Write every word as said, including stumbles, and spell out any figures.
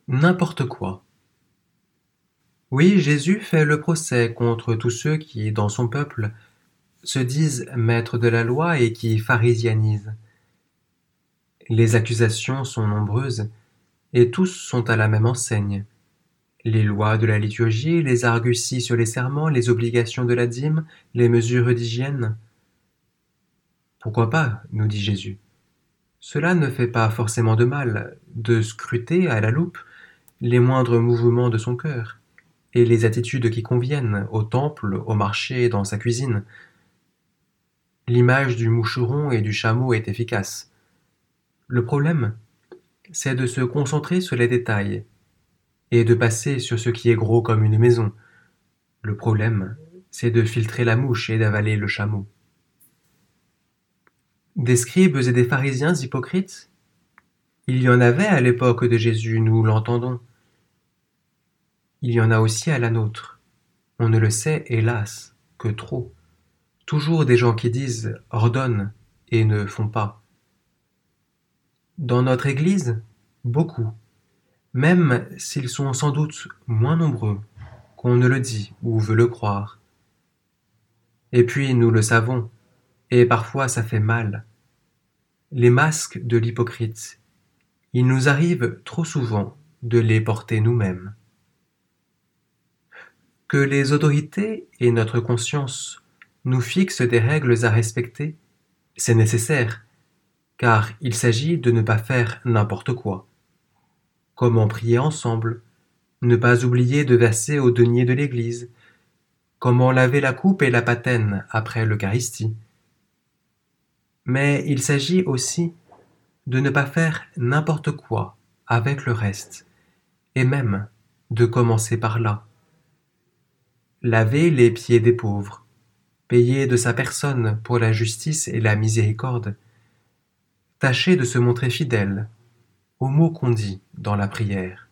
N'importe quoi. Oui, Jésus fait le procès contre tous ceux qui, dans son peuple, se disent maîtres de la loi et qui pharisianisent. Les accusations sont nombreuses, et tous sont à la même enseigne. Les lois de la liturgie, les arguties sur les serments, les obligations de la dîme, les mesures d'hygiène. Pourquoi pas, nous dit Jésus. Cela ne fait pas forcément de mal de scruter à la loupe les moindres mouvements de son cœur, et les attitudes qui conviennent au temple, au marché, dans sa cuisine. L'image du moucheron et du chameau est efficace. Le problème, c'est de se concentrer sur les détails et de passer sur ce qui est gros comme une maison. Le problème, c'est de filtrer la mouche et d'avaler le chameau. Des scribes et des pharisiens hypocrites? Il y en avait à l'époque de Jésus, nous l'entendons. Il y en a aussi à la nôtre. On ne le sait, hélas, que trop. Toujours des gens qui disent « ordonne » et ne font pas. Dans notre Église, beaucoup, même s'ils sont sans doute moins nombreux qu'on ne le dit ou veut le croire. Et puis nous le savons, et parfois ça fait mal. Les masques de l'hypocrite, il nous arrive trop souvent de les porter nous-mêmes. Que les autorités et notre conscience nous fixent des règles à respecter, c'est nécessaire, car il s'agit de ne pas faire n'importe quoi. Comment prier ensemble, ne pas oublier de verser au denier de l'Église, comment laver la coupe et la patène après l'Eucharistie. Mais il s'agit aussi de ne pas faire n'importe quoi avec le reste, et même de commencer par là. Laver les pieds des pauvres, payer de sa personne pour la justice et la miséricorde, tâcher de se montrer fidèle aux mots qu'on dit dans la prière.